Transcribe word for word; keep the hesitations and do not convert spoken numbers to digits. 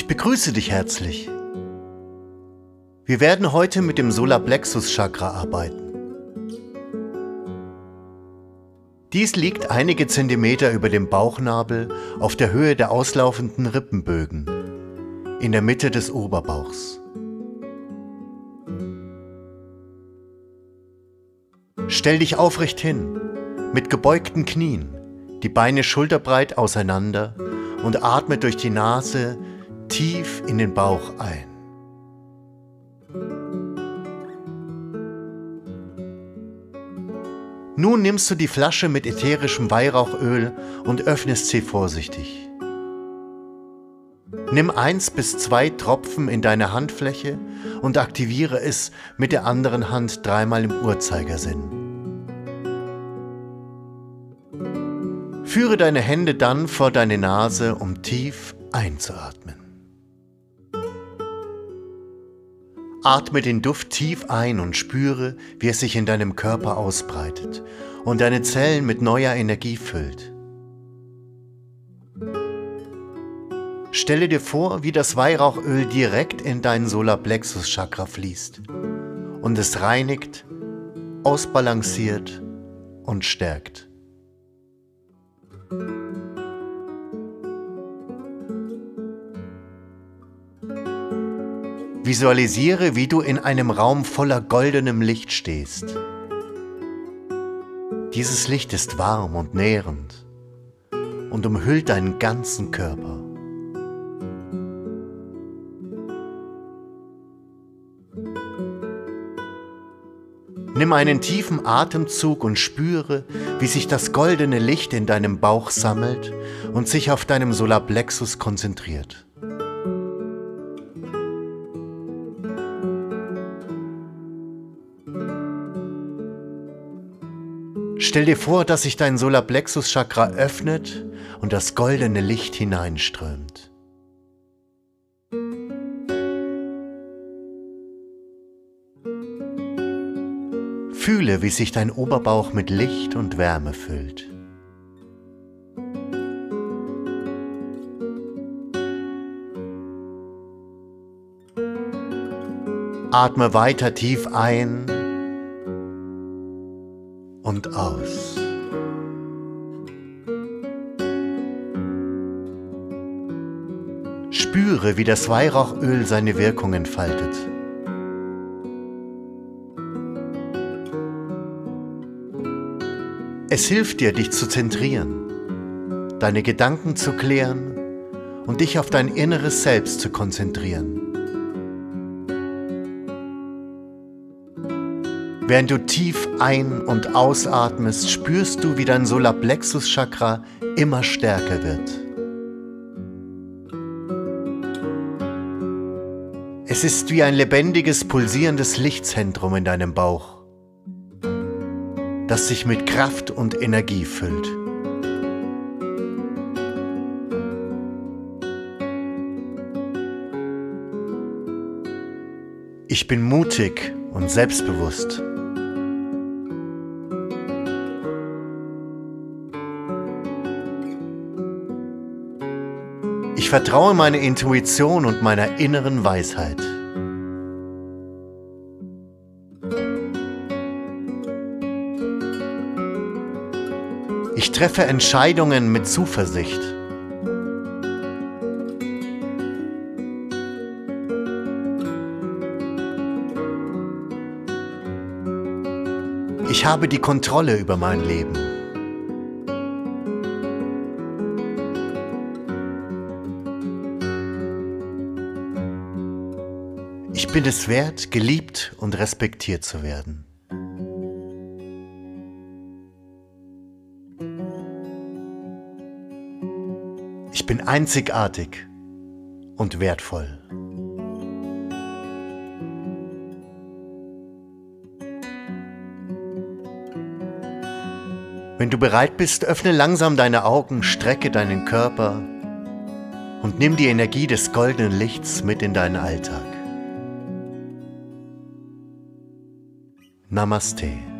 Ich begrüße dich herzlich. Wir werden heute mit dem Solarplexus-Chakra arbeiten. Dies liegt einige Zentimeter über dem Bauchnabel auf der Höhe der auslaufenden Rippenbögen, in der Mitte des Oberbauchs. Stell dich aufrecht hin, mit gebeugten Knien, die Beine schulterbreit auseinander und atme durch die Nase tief in den Bauch ein. Nun nimmst du die Flasche mit ätherischem Weihrauchöl und öffnest sie vorsichtig. Nimm eins bis zwei Tropfen in deine Handfläche und aktiviere es mit der anderen Hand dreimal im Uhrzeigersinn. Führe deine Hände dann vor deine Nase, um tief einzuatmen. Atme den Duft tief ein und spüre, wie es sich in deinem Körper ausbreitet und deine Zellen mit neuer Energie füllt. Stelle dir vor, wie das Weihrauchöl direkt in dein Solarplexus-Chakra fließt und es reinigt, ausbalanciert und stärkt. Visualisiere, wie du in einem Raum voller goldenem Licht stehst. Dieses Licht ist warm und nährend und umhüllt deinen ganzen Körper. Nimm einen tiefen Atemzug und spüre, wie sich das goldene Licht in deinem Bauch sammelt und sich auf deinem Solarplexus konzentriert. Stell dir vor, dass sich dein Solarplexus-Chakra öffnet und das goldene Licht hineinströmt. Fühle, wie sich dein Oberbauch mit Licht und Wärme füllt. Atme weiter tief ein und aus. Spüre, wie das Weihrauchöl seine Wirkung entfaltet. Es hilft dir, dich zu zentrieren, deine Gedanken zu klären und dich auf dein inneres Selbst zu konzentrieren. Während du tief ein- und ausatmest, spürst du, wie dein Solarplexus-Chakra immer stärker wird. Es ist wie ein lebendiges, pulsierendes Lichtzentrum in deinem Bauch, das sich mit Kraft und Energie füllt. Ich bin mutig und selbstbewusst. Ich vertraue meiner Intuition und meiner inneren Weisheit. Ich treffe Entscheidungen mit Zuversicht. Ich habe die Kontrolle über mein Leben. Ich bin es wert, geliebt und respektiert zu werden. Ich bin einzigartig und wertvoll. Wenn du bereit bist, öffne langsam deine Augen, strecke deinen Körper und nimm die Energie des goldenen Lichts mit in deinen Alltag. Namaste.